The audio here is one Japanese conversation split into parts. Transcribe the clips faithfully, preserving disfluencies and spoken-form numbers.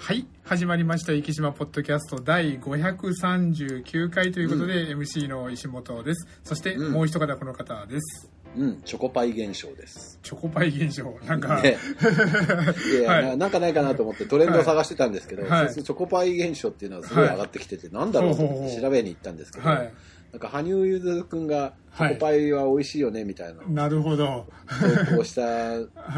はい、始まりました生島ポッドキャストだいごひゃくさんじゅうきゅうかいということで、うん、エムシー の石本です。そしてもう一方この方です。 うん、チョコパイ現象です。 チョコパイ現象なんか、 ね、いや、はい、な, なんかないかなと思ってトレンドを探してたんですけど、はい、チョコパイ現象っていうのはすごい上がってきてて、はい、なんだろうと思って調べに行ったんですけど、はい、なんか羽生結弦くんがチョコパイは美味しいよねみたいな、はい、 なるほど投稿した、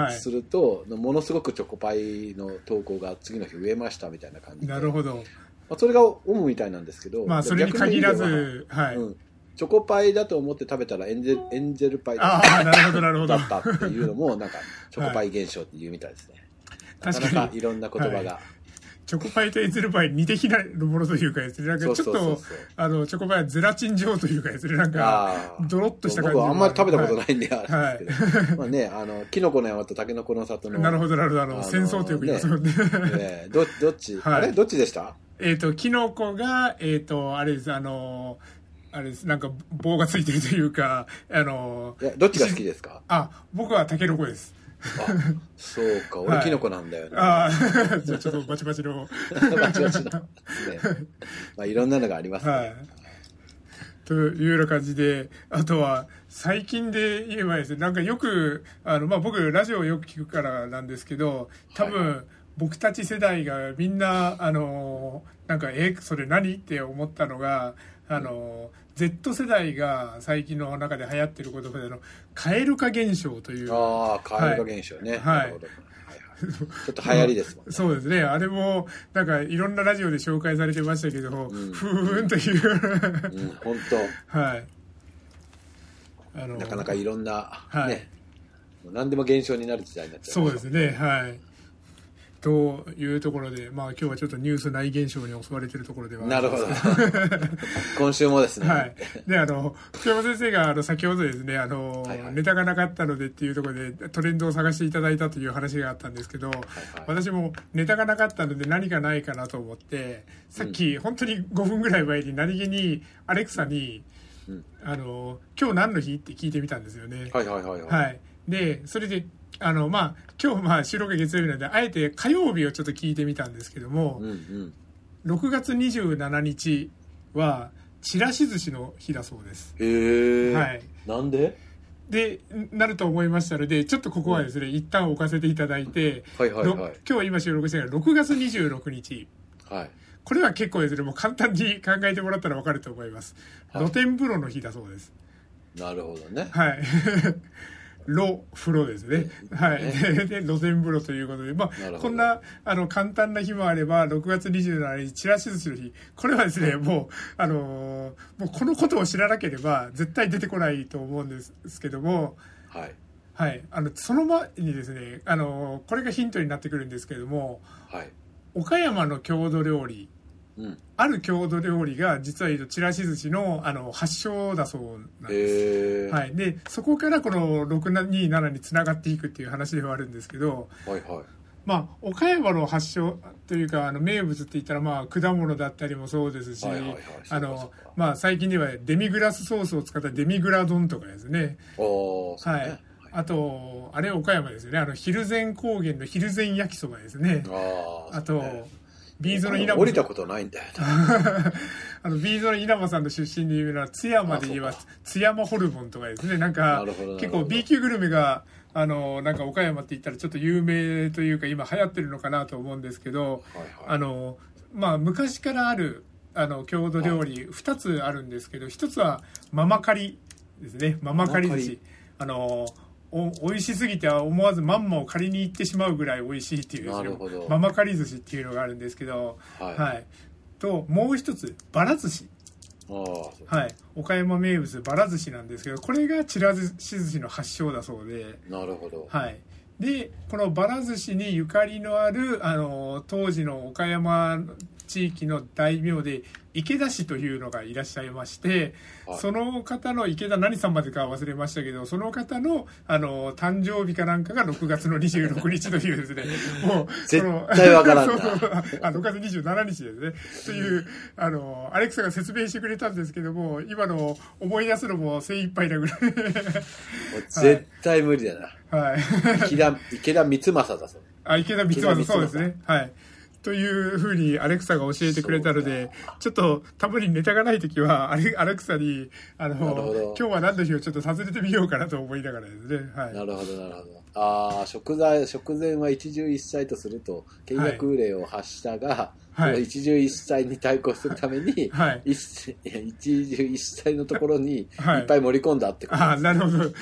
するとものすごくチョコパイの投稿が次の日増えましたみたいな感じで、 なるほど、 まあ、それが主みたいなんですけど、 まあそれに限らず、はい、うん、 チョコパイだと思って食べたらエンゼル、エンゼルパイだったっていうのもなんかチョコパイ現象って言うみたいですね、はい、なかなかいろんな言葉が、はい、 チョコパイとエンゼルパイ似て非なるものというかですね、なんかちょっとあのチョコパイはゼラチン状というかですね、なんかドロッとした感じで、 僕はあんまり食べたことないんで、はい、あれですけど、まあね、あのキノコの山とタケノコの里の、 なるほどなるほど、あの戦争とよく言いますもんね。 ね、どどっち、はい、あれどっちでした？ えっとキノコがえっとあれですあの。あれです、なんか棒がついてるというか、あのいやどっちが好きですか？ あ、僕はタケノコです。 あ、そうか、俺キノコなんだよね。 はい、あじゃあちょっとバチバチのバチバチの、ね、まあいろんなのがありますね。はい、 というような感じで、あとは最近で言えばですね、なんかよくあのまあ僕ラジオをよく聞くからなんですけど、多分、はい、僕たち世代がみんなあのなんかえそれ何って思ったのが、あの、うん、Z 世代が最近の中で流行っている言葉での蛙化現象という。 ああ、蛙化現象ね。 はい。 なるほど。はいはい、ちょっと流行りですもんね。 そうですね。あれもなんかいろんなラジオで紹介されてましたけど、うん、ふーんという、 うん、本当。 はい。 あのなかなかいろんな、はい、ね、何でも現象になる時代になっちゃう。そうですね。はい。というところで、まあ今日はちょっとニュースない現象に襲われているところではあるんです。 なるほど。今週もですね。 はい。で、あの、福山先生があの先ほどですね、あの、はいはい、ネタがなかったのでっていうところでトレンドを探していただいたという話があったんですけど、はいはい、私もネタがなかったので何かないかなと思って、さっき本当にごふんぐらい前に何気にアレクサに、うん、あの、今日何の日って聞いてみたんですよね。 はいはいはいはい。 はい。で、それで、あのまあ今日まあ収録が月曜日なのであえて火曜日をちょっと聞いてみたんですけども、うんうん、ろくがつにじゅうしちにちはちらし寿司の日だそうです。 へえ、 はい、 なんででなると思いましたので、ちょっとここはですね、うん、一旦置かせていただいて、 はいはいはい、 今日今収録してるのがろくがつにじゅうろくにち、 はい、 これは結構ですね、もう簡単に考えてもらったら分かると思います、はい、露天風呂の日だそうです。 なるほどね。 はい露風呂ですね。はい。で、露天風呂ということで、まあ、こんな、あの、簡単な日もあれば、ろくがつにじゅうしちにち、ちらし寿司の日。これはですね、もう、あのー、もうこのことを知らなければ、絶対出てこないと思うんですけども、 はい。 はい。あの、その前にですね、あのー、これがヒントになってくるんですけども、 はい。 岡山の郷土料理、うん、ある郷土料理が実は言うとちらし寿司 の, あの発祥だそうなんです、はい、でそこからこのろくにじゅうななにつながっていくっていう話ではあるんですけど、 はいはい、 まあ、岡山の発祥というかあの名物って言ったらまあ果物だったりもそうですし、最近ではデミグラスソースを使ったデミグラ丼とかですね。 おそうね、はい、 あとあれ岡山ですよね、あの蒜山高原の蒜山焼きそばですね。 ああとビーズの稲葉さん、 降りたことないんだよあのビーズの稲葉さんの出身で有名な津山で言えば津山ホルモンとかですね、なんか結構 B 級グルメがあのなんか岡山って言ったらちょっと有名というか今流行ってるのかなと思うんですけど、はいはい、あのまあ昔からあるあの郷土料理ふたつあるんですけど、ひとつはママカリですね。ママカリ寿司、あのお美味しすぎて思わずまんまを借りに行ってしまうぐらい美味しいっていうですね、ママカリ寿司っていうのがあるんですけど、はいはい、ともう一つバラ寿司、 あ、 はい、岡山名物バラ寿司なんですけど、これがちらし寿司の発祥だそうで、 なるほど、 はい、でこのバラ寿司にゆかりのあるあの当時の岡山地域の大名で池田氏というのがいらっしゃいまして、はい、その方の池田何さんまでか忘れましたけど、その方のあの誕生日かなんかがろくがつのにじゅうろくにちというですね、もう絶対わからんなあろくがつにじゅうしちにちですねというあのアレクサが説明してくれたんですけども、今の思い出すのも精一杯なぐらい絶対無理だな、 はい、 池田池田光政だそう。 あ、池田光政、そうですね、はい。 というふうにアレクサが教えてくれたので、ちょっとたまにネタがないときはアレ、アレクサに、あの、今日は何の日をちょっと尋ねてみようかなと思いながらですね。はい。 なるほど、なるほど。ああ、食材、食前は一汁一菜とすると、倹約令を発したが、はい、一汁一菜に対抗するために、はい、一, 一汁一菜のところにいっぱい盛り込んだってことです、ね。 はい、ああ、なるほど。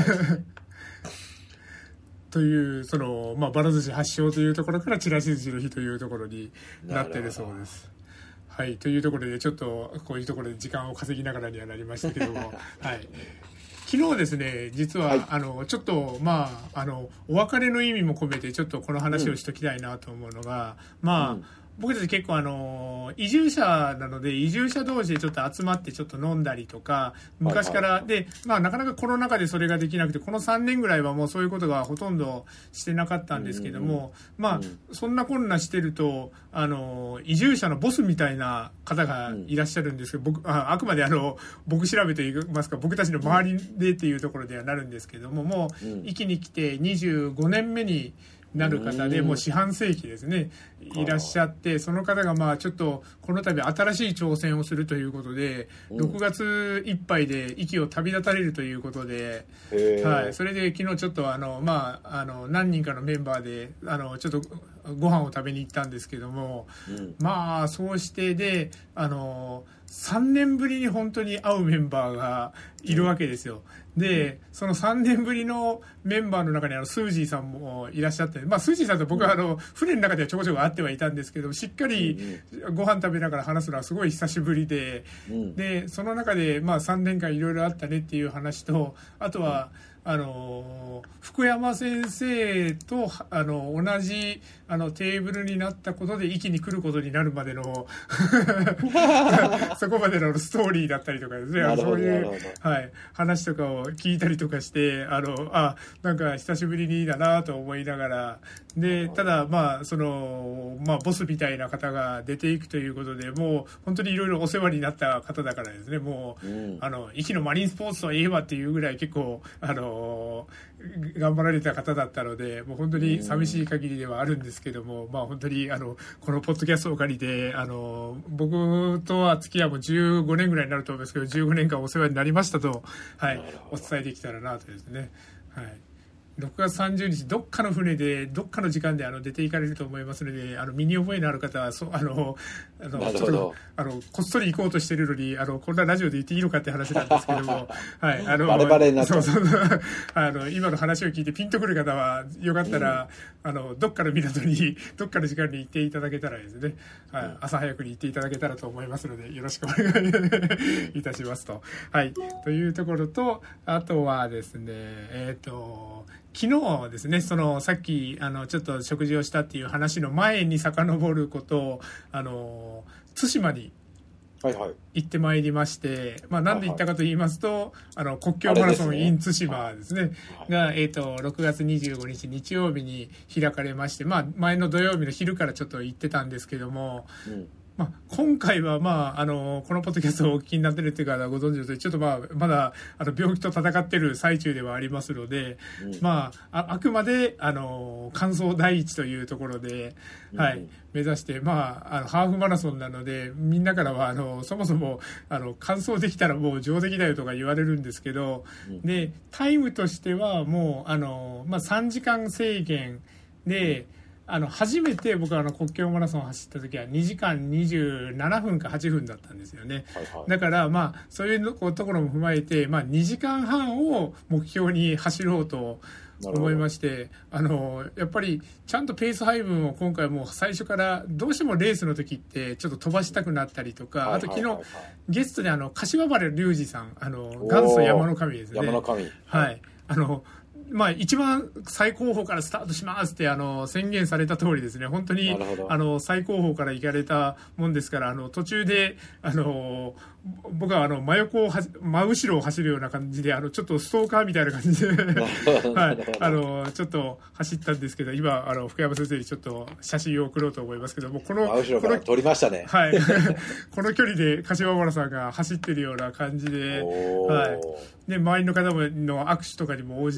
という、その、まあ、ばら寿司発祥というところから、ちらし寿司の日というところになっているそうです。はい。というところで、ちょっと、こういうところで時間を稼ぎながらにはなりましたけども、はい。昨日ですね、実は、はい、あの、ちょっと、まあ、あの、お別れの意味も込めて、ちょっとこの話をしときたいなと思うのが、うん、まあ、うん、僕たち結構あの、移住者なので、移住者同士でちょっと集まってちょっと飲んだりとか、昔から、はいはい、で、まあなかなかコロナ禍でそれができなくて、このさんねんぐらいはもうそういうことがほとんどしてなかったんですけども、うん、まあ、うん、そんなこんなしてると、あの、移住者のボスみたいな方がいらっしゃるんですけど、僕、あ、あくまであの、僕調べと言いますか、僕たちの周りでっていうところではなるんですけども、もう、壱岐に来てにじゅうごねんめに、なる方で、もう四半世紀ですね、いらっしゃって、その方がまあちょっとこの度新しい挑戦をするということで、ろくがついっぱいで壱岐を旅立たれるということで、はい、それで昨日ちょっとあの、まあ、あの、何人かのメンバーで、あの、ちょっとご飯を食べに行ったんですけども、うん、まあ、そうしてで、あの、さんねんぶりに本当に会うメンバーがいるわけですよ。で、そのさんねんぶりのメンバーの中にあのスージーさんもいらっしゃって、まあスージーさんと僕はあの船の中ではちょこちょこ会ってはいたんですけど、しっかりご飯食べながら話すのはすごい久しぶりで、で、その中でまあさんねんかんいろいろあったねっていう話と、あとは、あの福山先生とあの同じあのテーブルになったことで壱岐に来ることになるまでのそこまでのストーリーだったりとかですね、そういう、はい、話とかを聞いたりとかして、あのあなんか久しぶりにだなと思いながら、でただまあそのまあボスみたいな方が出ていくということで、もう本当にいろいろお世話になった方だからですね、もう、うん、あの壱岐のマリンスポーツといえばっていうぐらい結構あの頑張られた方だったので、もう本当に寂しい限りではあるんですけども、まあ本当にあのこのポッドキャストを借りて、あの僕とは付き合いもじゅうごねんぐらいになると思うんですけど、じゅうごねんかんお世話になりましたと、はい、お伝えできたらなとですね、はい。ろくがつさんじゅうにちどっかの船でどっかの時間であの出て行かれると思いますので、あの身に覚えのある方はそあのあのちょっとあのこっそり行こうとしてるのに、あのこんなラジオで言っていいのかって話なんですけどもはい、あのバレバレになっちゃう。 そうそうあの今の話を聞いてピンとくる方はよかったら、うん、あのどっかの港にどっかの時間に行っていただけたらですね、はい、朝早くに行っていただけたらと思いますのでよろしくお願いいたしますと、はいというところと、あとはですねえっと昨日ですね、そのさっきあのちょっと食事をしたっていう話の前に遡ることを、あの対馬に行ってまいりまして、はいはい、まあなんで行ったかと言いますと、あの国境マラソン in 対馬ですね、がえっとろくがつにじゅうごにち日曜日に開かれまして、まあ前の土曜日の昼からちょっと行ってたんですけども。うん、まあ、今回は、まあ、あの、このポッドキャストをお聞きになってるっていう方はご存知の通り、ちょっとまあ、まだ、あの、病気と戦ってる最中ではありますので、うん、まあ、あ、あくまで、あの、完走第一というところで、うん、はい、目指して、まあ、あの、ハーフマラソンなので、みんなからは、あの、そもそも、あの、完走できたらもう上出来だよとか言われるんですけど、うん、で、タイムとしては、もう、あの、まあ、さんじかん制限で、あの初めて僕はあの国境マラソンを走った時はにじかんにじゅうななふんかはっぷんだったんですよね、はいはい、だからまあそういうところも踏まえて、まあ、にじかんはんを目標に走ろうと思いまして、あのやっぱりちゃんとペース配分を今回もう最初からどうしてもレースの時ってちょっと飛ばしたくなったりとか、あと昨日ゲストであの柏原隆二さん、あの元祖山の神ですね、 山の神、 はい、あのまあ、一番最高峰からスタートしますってあの宣言された通りですね、本当にあの最高峰から行かれたもんですから、あの途中であの僕はあの真横をは真後ろを走るような感じで、あのちょっとストーカーみたいな感じではい、あのちょっと走ったんですけど、今あの福山先生にちょっと写真を送ろうと思いますけども、この真後ろから撮りましたね、 はい、この距離で柏原さんが走ってるような感じで、はい、で周りの方の握手とかにも応じながらです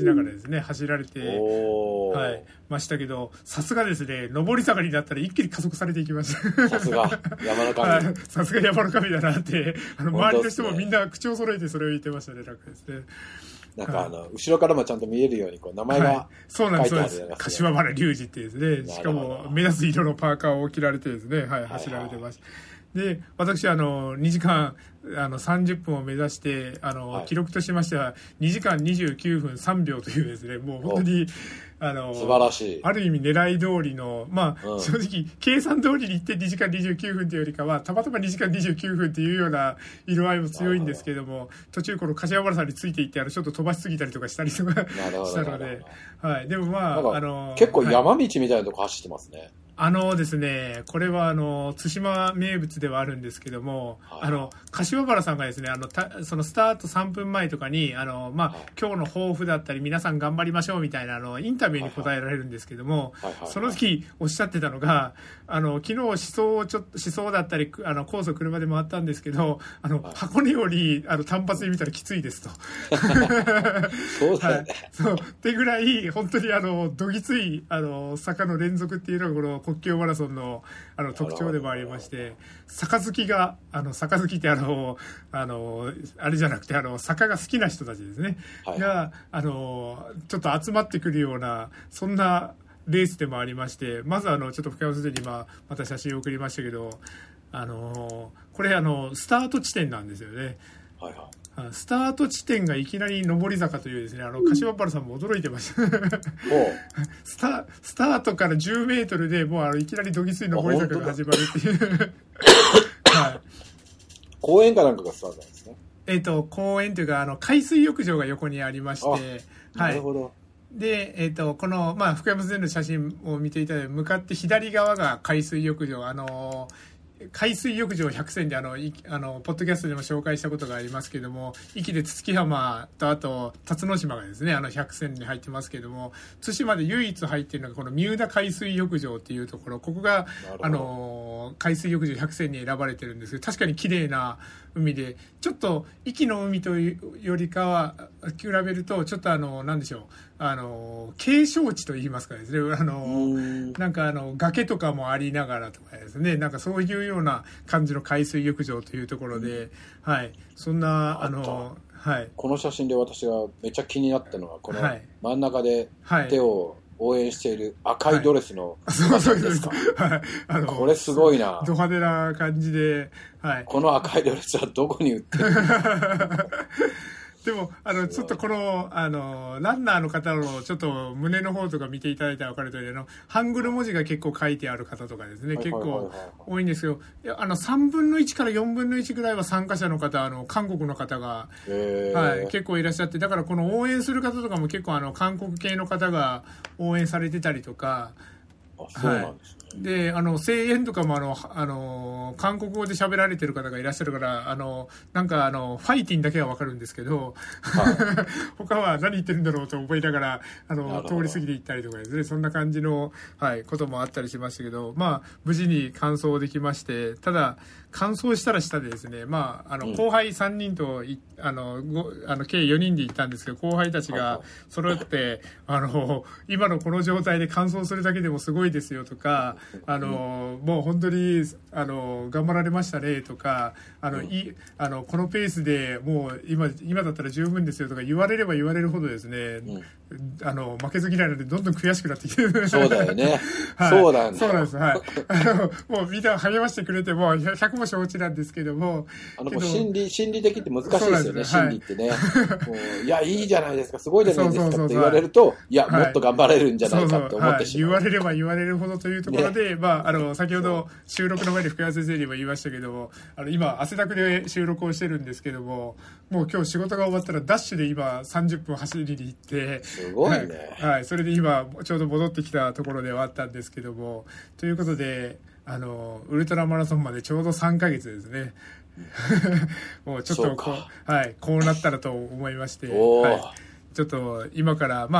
ですね走られて、はい、ましたけど、さすがですね上り下がりだったら一気に加速されていきましたさすが山の神さすが山の神だなってあの周りの人もみんな口を揃えてそれを言ってましたね。なんかですね、 なんかあの、はい、後ろからもちゃんと見えるようにこう名前が、はい、 そうなんです、そうです。柏原隆二ってですね、しかも目立つ色のパーカーを着られてですね、はい、走られてました。はいはい、で、私あのにじかんあのさんじゅっぷんを目指してあの、はい、記録としましてはにじかんにじゅうきゅうふんさんびょうというですね、もう本当にあの素晴らしい、 ある意味狙い通りの、まあ、うん、正直計算通りにいってにじかんにじゅうきゅうふんというよりかはたまたまにじかんにじゅうきゅうふんというような色合いも強いんですけども、途中この柏原さんについていってあのちょっと飛ばしすぎたりとかしたりとかしたので、はい、でもまあ、あの結構山道みたいなとこ走ってますね。はい、 あのですね、これはあの対馬名物ではあるんですけども、はい、あの柏原さんがですね、あのたそのスタートさんぷんまえとかにあの、まあはい、今日の抱負だったり皆さん頑張りましょうみたいなあのインタビューに答えられるんですけども、はいはい、その時おっしゃってたのが、あの昨日思想をちょっと思想だったりあのコースを車で回ったんですけど、あの、はい、箱根よりあの単発で見たらきついですとそうだよね、はい、 そうってぐらい本当にあのどぎついあの坂の連続っていうのがこの国境マラソン の, あの特徴でもありまして、杯があの杯ってあのあのあれじゃなくてあの坂が好きな人たちですね、はい、があのちょっと集まってくるようなそんなレースでもありまして、まずあのちょっと深山先生に今また写真を送りましたけど、あのこれあのスタート地点なんですよね。はいはい、スタート地点がいきなり上り坂というですね、あの柏原さんも驚いてましたスタスタートからじゅうメートルでもうあのいきなりどぎつい上り坂が始まるっていうはい、 公園かなんかがスタートなんですね。 えっ、ー、と公園というかあの海水浴場が横にありまして、はい、 なるほど。 で、えっ、ー、とこの、まあ、福山先生の写真を見ていただいて向かって左側が海水浴場、あの海水浴場百選であのあのポッドキャストでも紹介したことがありますけども、壱岐で筒木浜とあと辰野島がですねあの百選に入ってますけども、対馬で唯一入っているのがこの三浦海水浴場っていうところ、ここがあの海水浴場百選に選ばれてるんですけど、確かに綺麗な海で、ちょっと壱岐の海というよりかは比べるとちょっとあのなんでしょう、あの景勝地といいますかですね、あのなんかあの崖とかもありながらとかですね、なんかそういうような感じの海水浴場というところで、はい、そんなあの、はい、 この写真で私がめっちゃ気になったのはこの真ん中で手を応援している赤いドレスの方ですか。はい、あのこれすごいな、 ド派手な感じで、はい、 この赤いドレスはどこに売ってるでもあのちょっとこのあのランナーの方のちょっと胸の方とか見ていただいたら分かるとおり、あのハングル文字が結構書いてある方とかですね、結構多いんですけど、いやあのさんぶんのいちからよんぶんのいちぐらいは参加者の方、あの韓国の方が、はい、結構いらっしゃって、だからこの応援する方とかも結構あの韓国系の方が応援されてたりとか。 あ、そうなんですね。 はい、であの声援とかもあのあの韓国語で喋られてる方がいらっしゃるから、あのなんかあのファイティンだけは分かるんですけど、はい、他は何言ってるんだろうと思いながらあの通り過ぎていったりとかですね、そんな感じの、はい、こともあったりしましたけど、まあ無事に完走できまして、ただ完走したらしたでですね、まああの後輩さんにんといあのごあの計よにんで行ったんですけど、後輩たちが揃ってあの今のこの状態で完走するだけでもすごいですよとか、あのもう本当にあの頑張られましたねとか、あのいあのこのペースでもう今今だったら十分ですよとか言われれば言われるほどですね、うん、あの負けず嫌いなのでどんどん悔しくなってきてそうだよね、はい、そうなんだそうなんです、はい、あのもうみんな励ましてくれてもひゃくも承知なんですけども、 あのもう心理心理的って難しいですよね、心理ってね、はい、もういやいいじゃないですか、すごいじゃないですかって言われると、いや、はい、もっと頑張れるんじゃないかって思ってしまう、 はい、言われれば言われるほどというところで、ね、まああの先ほど収録の前に福山先生にも言いましたけども、あの今汗だくで収録をしてるんですけども、もう今日仕事が終わったらダッシュで今さんじゅっぷん走りに行って、 すごいね、 はいはい、それで今ちょうど戻ってきたところではあったんですけども、ということであのウルトラマラソンまでちょうどさんかげつですねもうちょっとこう、はい、こうなったらと思いまして、はい、ちょっと今からまあ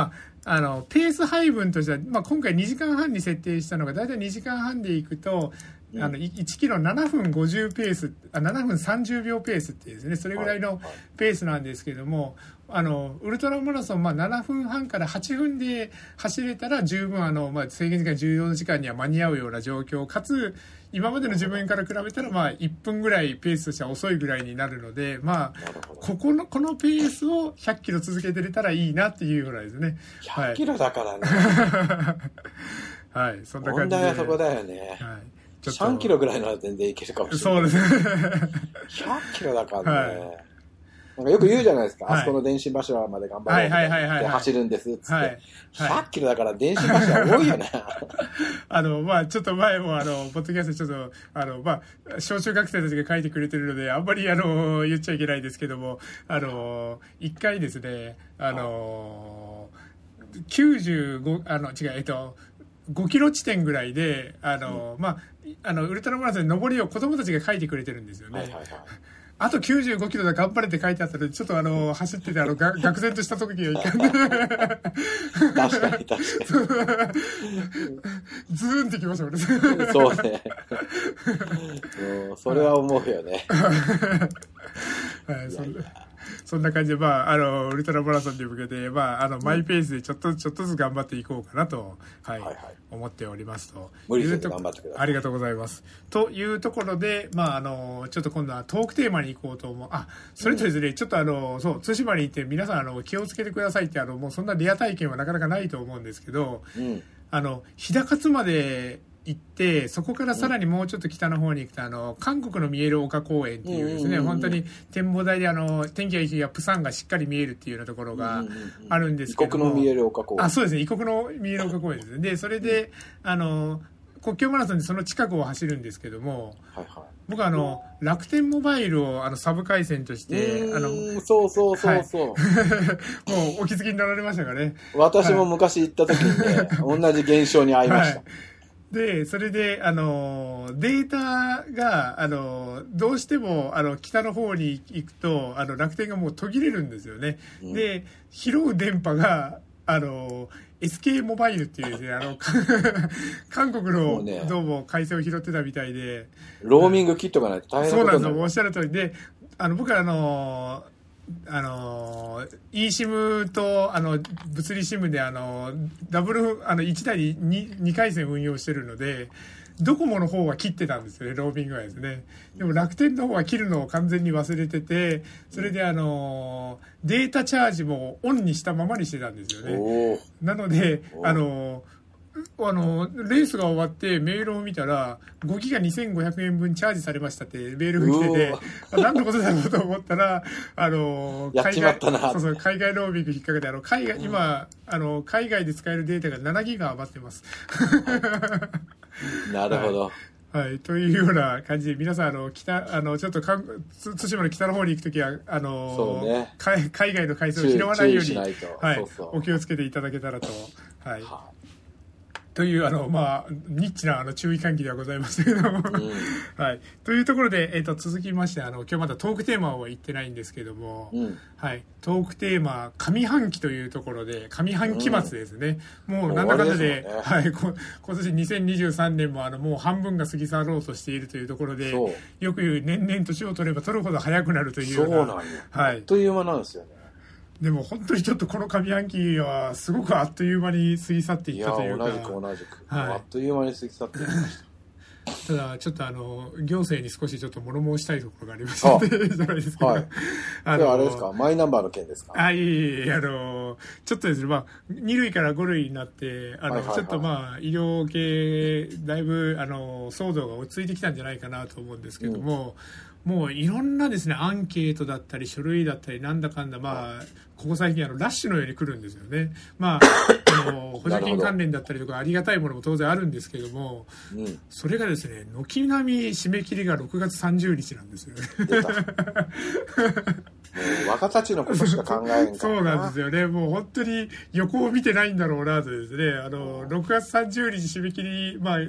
あのペース配分としては、まあ、今回にじかんはんに設定したのがだいたいにじかんはんでいくと、うん、あのいちキロななふんごじゅうペースあななふんさんじゅうびょうペースっていうですねそれぐらいのペースなんですけども、あのウルトラマラソン、まあ、ななふんはんからはちふんで走れたら十分あの、まあ、制限時間じゅうよじかんには間に合うような状況かつ今までの自分から比べたらまあいっぷんぐらいペースとしては遅いぐらいになるので、まあ、ここのこのペースをひゃっキロ続けてれたらいいなっていうぐらいですね。 ひゃっキロだからね。 はい、そんな感じで。 問題はそこだよね。はい、さんキロぐらいなら全然いけるかもしれない。 そうですね。 ひゃっキロだからね。はいなんかよく言うじゃないですか、はい、あそこの電信柱まで頑張ろうって走るんですっつって、はいはい、ひゃっキロだから電信柱多いよね。 あの、まあちょっと前もあの、ポッドキャストちょっと、あの、まあ小中学生たちが書いてくれてるので、あんまりあの、言っちゃいけないですけども、あの、一回ですね、あの、きゅうじゅうご、あの、違う、えっと、ごキロ地点ぐらいで、あの、うん、まあ、あの、ウルトラマラソンの上りを子供たちが書いてくれてるんですよね。はいはいはいあときゅうじゅうごキロで頑張れって書いてあったので、ちょっとあの、走ってて、あの、が、愕然とした時がいかん。 確かに確かに。 ズーンってきました、俺。 そうね。もう、それは思うよね。 はい、そんな。そんな感じで、まあ、あの、ウルトラマラソンに向けて、まあ、あの、マイペースでちょっと、ちょっとずつ頑張っていこうかなと、はい、はいはい、思っておりますと。 無理せず頑張ってください。 ありがとうございます。というところで、まあ、あの、ちょっと今度はトークテーマに行こうと思う。あ、それとですね、うん、ちょっとあの、そう、対馬に行って皆さん、あの、気をつけてくださいって、あの、もうそんなリア体験はなかなかないと思うんですけど、うん、あの、日高津まで、行ってそこからさらにもうちょっと北の方に行くとあの韓国の見える丘公園っていうですね、うんうんうん、本当に展望台であの天気がいい日はプサンがしっかり見えるっていうようなところがあるんですけども、 異国の見える丘公園あそうですね異国の見える丘公園ですねでそれであの国境マラソンでその近くを走るんですけども、はいはい、僕はあの楽天モバイルをあのサブ回線としてあのそうそうそうそう、 はい、もうお気づきになられましたかね。 私も昔行った時にね、はい、同じ現象に遭いました、はいで、それで、あの、データが、あの、どうしても、あの、北の方に行くと、あの、楽天がもう途切れるんですよね。うん、で、拾う電波が、あの、エスケー モバイルっていうですね、あの、韓国のどうも回線を拾ってたみたいで。 ローミング切っとかないと大変なことになる。 そうなんですよ、おっしゃる通りで、あの、僕はあの、あの、eSIM と、あの、物理 SIM で、あの、ダブル、あの、いち台に 2, 2回線運用してるので、ドコモの方は切ってたんですよね、ローミングはですね。でも楽天の方は切るのを完全に忘れてて、それであの、データチャージもオンにしたままにしてたんですよね。なので、あの、あの、レースが終わってメールを見たら、ごギガにせんごひゃくえんぶんチャージされましたってメールが来てて、何のことだろうと思ったら、あの、 やっちまったな。 そうそう、海外ローミング引っ掛けて、あの、海外、今、あの、海外で使えるデータがななギガ余ってます。 なるほど。 はいはい、というような感じで、皆さん、あの、北、あの、ちょっとかん、対馬の北の方に行くときは、あの、そうね、海外の回線を拾わないように、はい、そうそうお気をつけていただけたらと、はい。はあという、あの、まあ、ニッチな、あの、注意喚起ではございますけれども、うん、はい。というところで、えっ、ー、と、続きまして、あの、今日まだトークテーマを言ってないんですけども、うん、はい。トークテーマ、上半期というところで、上半期末ですね。うん、もう、なんだかんだで、ね、はい。こ今年にせんにじゅうさんねんも、あの、もう半分が過ぎ去ろうとしているというところで、よく言う、年々年を取れば取るほど早くなるというような。 そうなんよ。はい。あっという間なんですよね。 でも本当にちょっとこの上半期はすごくあっという間に過ぎ去っていったというか。 いや、同じく同じく。はい、あっという間に過ぎ去っていきました。 ただちょっとあの行政に少しちょっと物申したいところがありましてじゃないですか。はい。 あのあれですか、マイナンバーの件ですか。 あ、いえいえ、あのちょっとですね、まあに類からご類になってあの、はいはいはい、ちょっとまあ医療系だいぶあの騒動が落ち着いてきたんじゃないかなと思うんですけども。うん、もういろんなですねアンケートだったり書類だったりなんだかんだまあここ最近あのラッシュのように来るんですよね。まああの補助金関連だったりとかありがたいものも当然あるんですけども、うん、それがですね軒並み締め切りがろくがつさんじゅうにちなんですよね。出たもう若たちのことしか考えんからな。 そうなんですよね。もう本当に横を見てないんだろうなとですね。あのろくがつさんじゅうにち締め切りまあ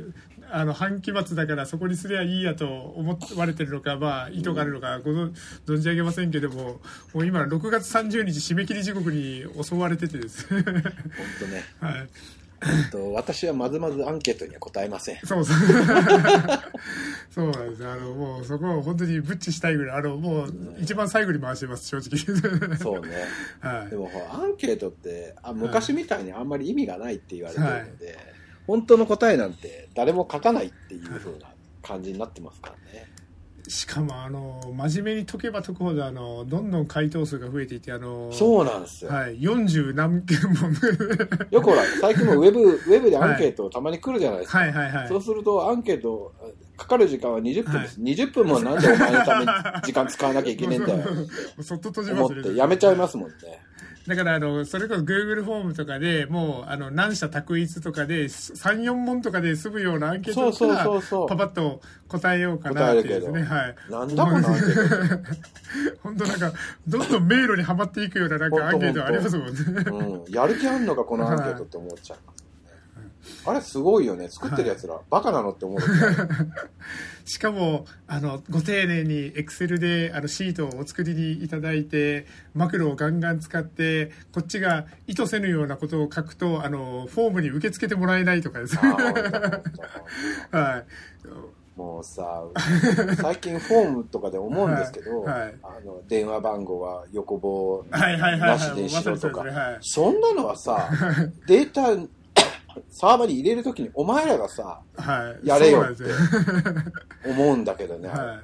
あの半期末だからそこにすりゃいいやと思われてるのか、まあ意図があるのかご存じ上げませんけども、もう今ろくがつさんじゅうにち締め切り時刻に襲われててですね。 本当ね。はい。えっと、私はまずまずアンケートには答えません。 そうそう。そうなんです。あの、もうそこを本当にブッチしたいぐらい、あの、もう一番最後に回してます、正直。 そうね。はい。でも、アンケートって、あ、昔みたいにあんまり意味がないって言われてるので、はい、本当の答えなんて誰も書かないっていう風な感じになってますからね。 しかもあの真面目に解けば解くほどあのどんどん回答数が増えていて、あのそうなんですよ、 はい、よんじゅう何件もよくほら最近もウェブウェブでアンケートたまに来るじゃないですか、 はいはいはいはい、 そうするとアンケートかかる時間はにじゅっぷんです、はい、にじゅっぷんもなんでお前のために時間使わなきゃいけねえんだよそっと閉じますね、 思ってやめちゃいますもんね。 だからあのそれこそ Google フォームとかでもうあの何社択一とかでさん、よんもんとかで済むようなアンケートだったらパパッと答えようかなってですね。はい。 なんだこのアンケート。 本当なんかどんどん迷路にはまっていくようななんかアンケートありますもんね。 うん。やる気あんのかこのアンケートって思っちゃいます。あれすごいよね。作ってるやつら、はい、バカなのって思うしかもあのご丁寧にエクセルであのシートをお作りにいただいてマクロをガンガン使ってこっちが意図せぬようなことを書くとあのフォームに受け付けてもらえないとかですね。はい、 もうさ最近フォームとかで思うんですけど、はいはい、あの電話番号は横棒なしでしろとか、そんなのはさデータサーバーに入れるときにお前らがさ、はい、やれよって思うんだけどね、はい、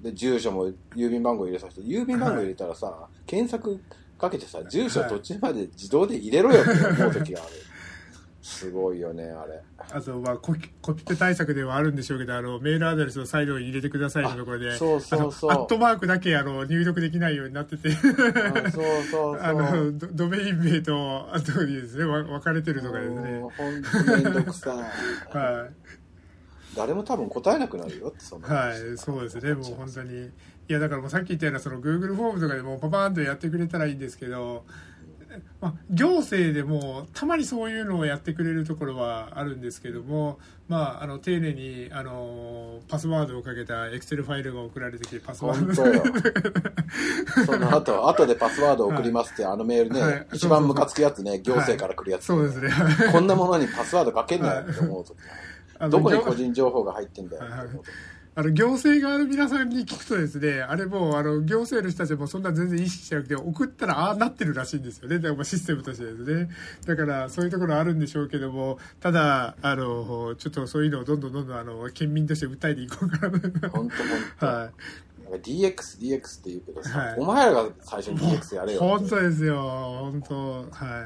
で住所も郵便番号入れさせて郵便番号入れたらさ、はい、検索かけてさ住所途中まで自動で入れろよって思うときがあるすごいよねあれ。 あとまあコピ、コピペ対策ではあるんでしょうけど、あのメールアドレスを再度に入れてくださいのところで、 そうそうそう、 アットマークだけあの入力できないようになっててそうそうそう、あの ド, ドメイン名とあとにですね分かれてるとかですね。 本当めんどくさい。はい。誰も多分答えなくなるよってその。 はい、そうですね。もう本当にいやだからもうさっき言ったようなその Google フォームとかでもうパパーンとやってくれたらいいんですけど。まあ、行政でもたまにそういうのをやってくれるところはあるんですけども、まあ、あの丁寧にあのパスワードをかけたエクセルファイルが送られてきてパスワード本当よその後後でパスワードを送りますって、はい、あのメールね、はい、一番ムカつくやつね、行政から来るやつ、ね、 はい、そうですねこんなものにパスワードかけんなよって思うと、はい、どこに個人情報が入ってんだよって思うと、 あの行政側の皆さんに聞くとですね、あれもうあの行政の人たちもそんな全然意識しなくて送ったらああなってるらしいんですよね。だからシステムとしてですね。だからそういうところあるんでしょうけども、ただあのちょっとそういうのをどんどんどんどんあの県民として訴えていこうかな。 本当本当。はい。ディーエックス ディーエックス って言うけどさ、はい、お前らが最初に ディーエックス やれよ。 本当ですよ。本当はい。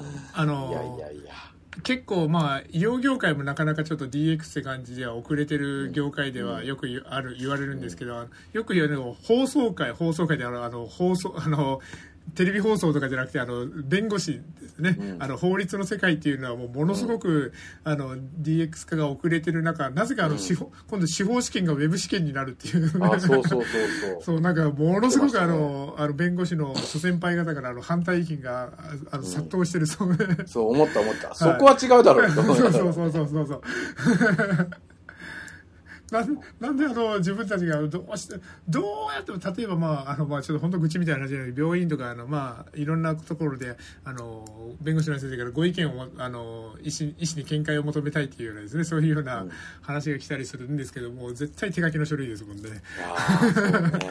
あのいやいやいや。 結構まあ医療業界もなかなかちょっと ディーエックス って感じでは遅れてる業界ではよく言ある言われるんですけど、よく言われるの放送会放送会であのあの放送あのテレビ放送とかじゃなくてあの弁護士ですね、うん、あの法律の世界っていうのはもうものすごく、うん、あの ディーエックス 化が遅れてる中、なぜかあの司法、うん、今度司法試験がウェブ試験になるっていう、 あそうそうそうそうそうなんかものすごくあの、ね、あの弁護士の諸先輩方からあの反対意見があの殺到してるそうで、 うん、そう思った思った、はい、そこは違うだろうと思そうそうそうそうそうそうな, なんであの自分たちがどうしてどうやっても例えばまああのまあちょっと本当愚痴みたいな話じゃない病院とかあのまあいろんなところであの弁護士の先生からご意見をあの医師医師に見解を求めたいっていうようなですね、そういうような話が来たりするんですけども、絶対手書きの書類ですもんね。 ああそうね。はい。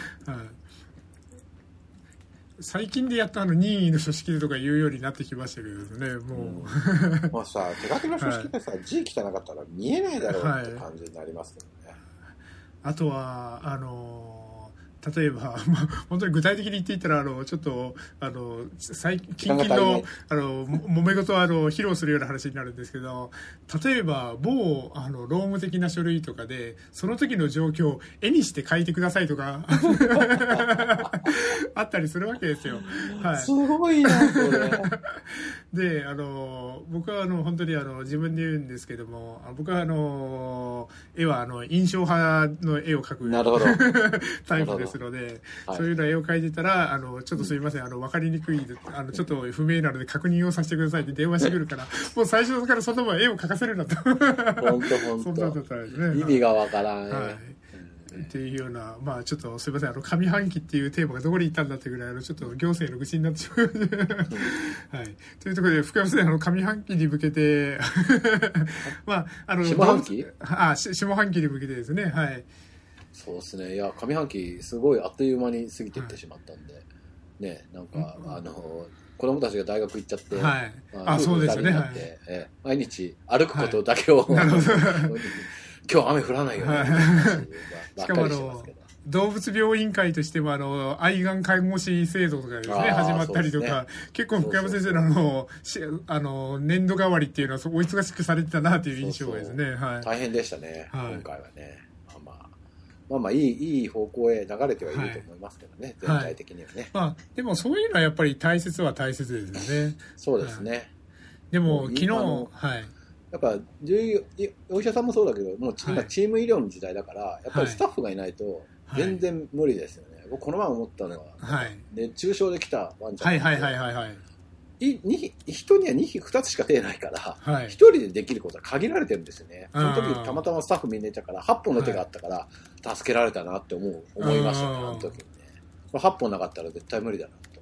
最近でやっとあの任意の書式でとか言うようになってきましたけどね、もう、 うん、もうさ手書きの書式でさ、はい、字汚かったら見えないだろうって感じになりますけどね、 はい、あとはあの例えば、まあ、本当に具体的に言っていったらあのちょっとあの最近々のあの揉め事をあの披露するような話になるんですけど、例えば某あの労務的な書類とかでその時の状況を絵にして書いてくださいとかあったりするわけですよ。はい、 すごいなそれ。 で、あの、僕はあの、本当にあの、自分で言うんですけども、僕はあの、絵はあの、印象派の絵を描くなるほどタイプですので、そういうような絵を描いてたら、あの、ちょっとすいません、あの、わかりにくい、あの、ちょっと不明なので確認をさせてくださいって電話してくるから、もう最初からそんなもん絵を描かせるなと。 本当本当。 そんなだったですね。 意味がわからん。 はい。っていうような、まあちょっとすいません、あの上半期っていうテーマがどこに行ったんだってぐらいのちょっと行政の愚痴になってしまう、うん、はいというところで福山さんあの上半期に向けてまああの下半期あ下半期に向けてですね、はい、 そうですね。いや上半期すごいあっという間に過ぎていってしまったんで、はい、ねなんか、うん、あの子供たちが大学行っちゃって、はい、 ああそうですよね、はい、 え毎日歩くことだけを、はい、なるほど今日雨降らないよね、はい、しかもあの動物病院会としてもあの愛玩介護士制度とかですね始まったりとか、ね、結構福山先生のあのあの年度代わりっていうのはお忙しくされてたなという印象がですね。そうそう、はい、 大変でしたね、はい、今回はね。まあまあまあまあいいいい方向へ流れてはいると思いますけどね、はい、全体的にはね、はい、 まあでもそういうのはやっぱり大切は大切ですよね。 そうですね、はい、 でも昨日はいやっぱお医者さんもそうだけどもう今チーム医療の時代だからやっぱりスタッフがいないと全然無理ですよね、はい、僕この前思ったのは、はい、熱中症で来たワンちゃんはいはいはいはいはいいに人にはにひきふたつしか手ないから、はい、ひとりでできることは限られてるんですよね。その時たまたまスタッフみんないたからはっぽんの手があったから助けられたなって思う思いましたね、あの時にね。はっぽんなかったら絶対無理だなと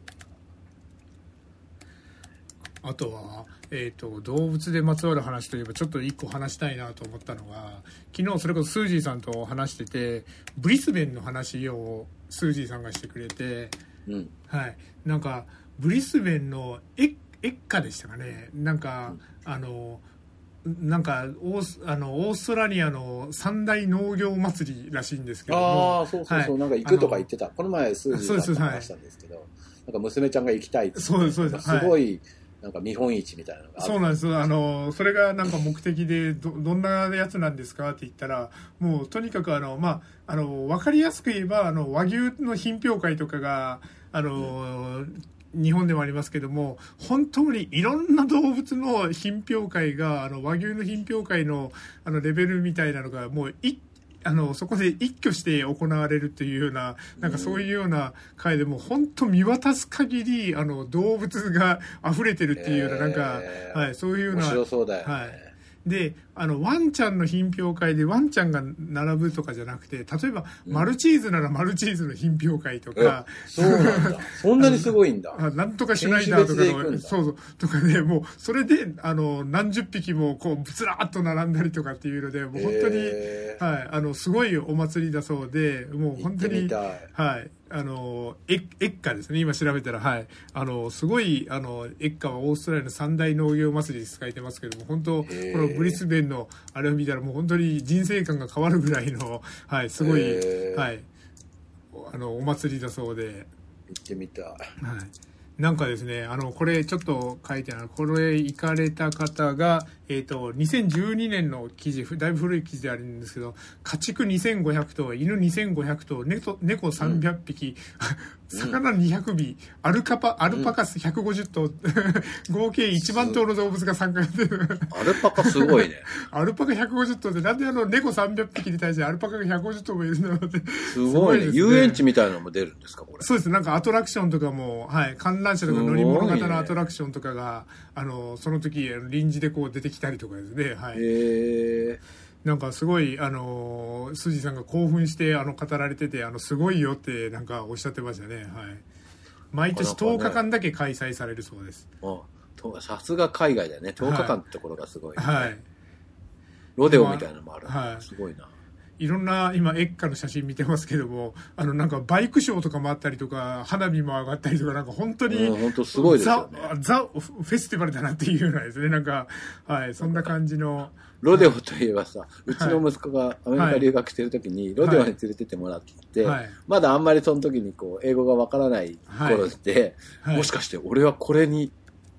思う。あとはえー、と動物でまつわる話といえばちょっと一個話したいなと思ったのが昨日それこそスージーさんと話しててブリスベンの話をスージーさんがしてくれて、うんはい、なんかブリスベンのエッカでしたかねなんか、うん、あのなんかオースあのオーストラリアの三大農業祭りらしいんですけどもああそうそうそう、はい、なんか行くとか言ってたこの前スージーさんと話したんですけど、はい、なんか娘ちゃんが行きたいってそうですそうですすごい、はいなんか見本市みたいなのがあるそうなんですあのそれがなんか目的で ど, どんなやつなんですかって言ったらもうとにかくあの、まあ、あの分かりやすく言えばあの和牛の品評会とかがあの、うん、日本でもありますけども本当にいろんな動物の品評会があの和牛の品評会 の, あのレベルみたいなのがもう一あのそこで一挙して行われるというようななんかそういうような会でもう本当見渡す限りあの動物が溢れてるっていうようななんか、えーはい、そういうような面白そうだよね、 はいであのワンちゃんの品評会でワンちゃんが並ぶとかじゃなくて例えば、うん、マルチーズならマルチーズの品評会とかそうなんだそんなにすごいんだあなんとかシュナイダーとかのそうそうとかねもうそれであの何十匹もこうぶつらーっと並んだりとかっていうのでもう本当に、えーはい、あのすごいお祭りだそうでもう本当にはいあのエッカですね今調べたらはいあのすごいあのエッカはオーストラリアの三大農業祭りです書いてますけども本当このブリスベンのあれを見たらもう本当に人生観が変わるぐらいのはいすごいはいあのお祭りだそうで行ってみたい、はいなんかですね、あの、これちょっと書いてある、これ行かれた方が、えっと、にせんじゅうにねんの記事、だいぶ古い記事であるんですけど、家畜にせんごひゃくとう、犬にせんごひゃくとう、猫、猫さんびゃくぴき、うん、魚にひゃくび、アルカパ、アルパカひゃくごじゅっとう、合計いちまんとうの動物が参加してる。 アルパカすごいね。 アルパカひゃくごじゅっとうで、なんであの、猫さんびゃくぴきに対してアルパカがひゃくごじゅっとうもいるのって。 すごいね。遊園地みたいなのも出るんですか、これ。 そうですね。なんかアトラクションとかも、はい、観覧車とか乗り物型のアトラクションとかが、ね、あの、その時、臨時でこう出てきたりとかですね。はい。へー。なんかすごい、あの、スジさんが興奮して、あの、語られてて、あの、すごいよって、なんかおっしゃってましたね。はい。毎年とおかかんだけ開催されるそうです。 あ、さすが海外だよね。とおかかんってところがすごい、ね。 はい。 ロデオみたいなのもある。 はい。 すごいな。 いろんな今エッカの写真見てますけどもあのなんかバイクショーとかもあったりとか花火も上がったりとかなんか本当に本当すごいですよねザ、ザフェスティバルだなっていうようなですねなんかはいそんな感じのロデオといえばさ、はい、うちの息子がアメリカ留学してる時にロデオに連れてってもらって、はい、まだあんまりその時にこう英語がわからない頃で、はいはい、もしかして俺はこれに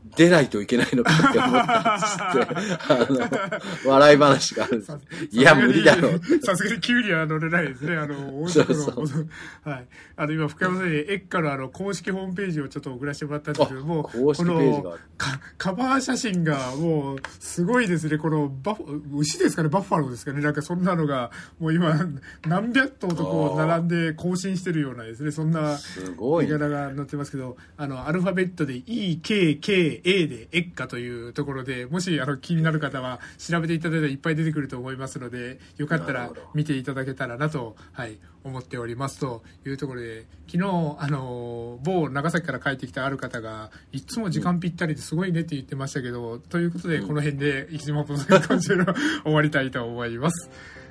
出ないといけないのかって思ったりして、あの、笑い話があるんです。いや、無理だろう。 さすがにキュウリは乗れないですね。あの、大阪の。そうそうはい。あの、今、福山さんにエッカのあの、公式ホームページをちょっと送らせてもらったんですけども、 公式ページがある。 カ, カバー写真がもう、すごいですね。この、バフ、牛ですかね、バッファローですかね。なんかそんなのが、もう今、何百頭とこう、並んで更新してるようなですね。そんな、 すごい。 絵柄が載ってますけど、あの、アルファベットで イーケーケーエー でエッカというところで、もしあの気になる方は調べていただいたらいっぱい出てくると思いますので、よかったら見ていただけたらなと、はい、思っておりますというところで、昨日、あの、某長崎から帰ってきたある方が、いつも時間ぴったりですごいねって言ってましたけど、うん、ということで、この辺で、生き島ポッドキャスト今週の終わりたいと思います。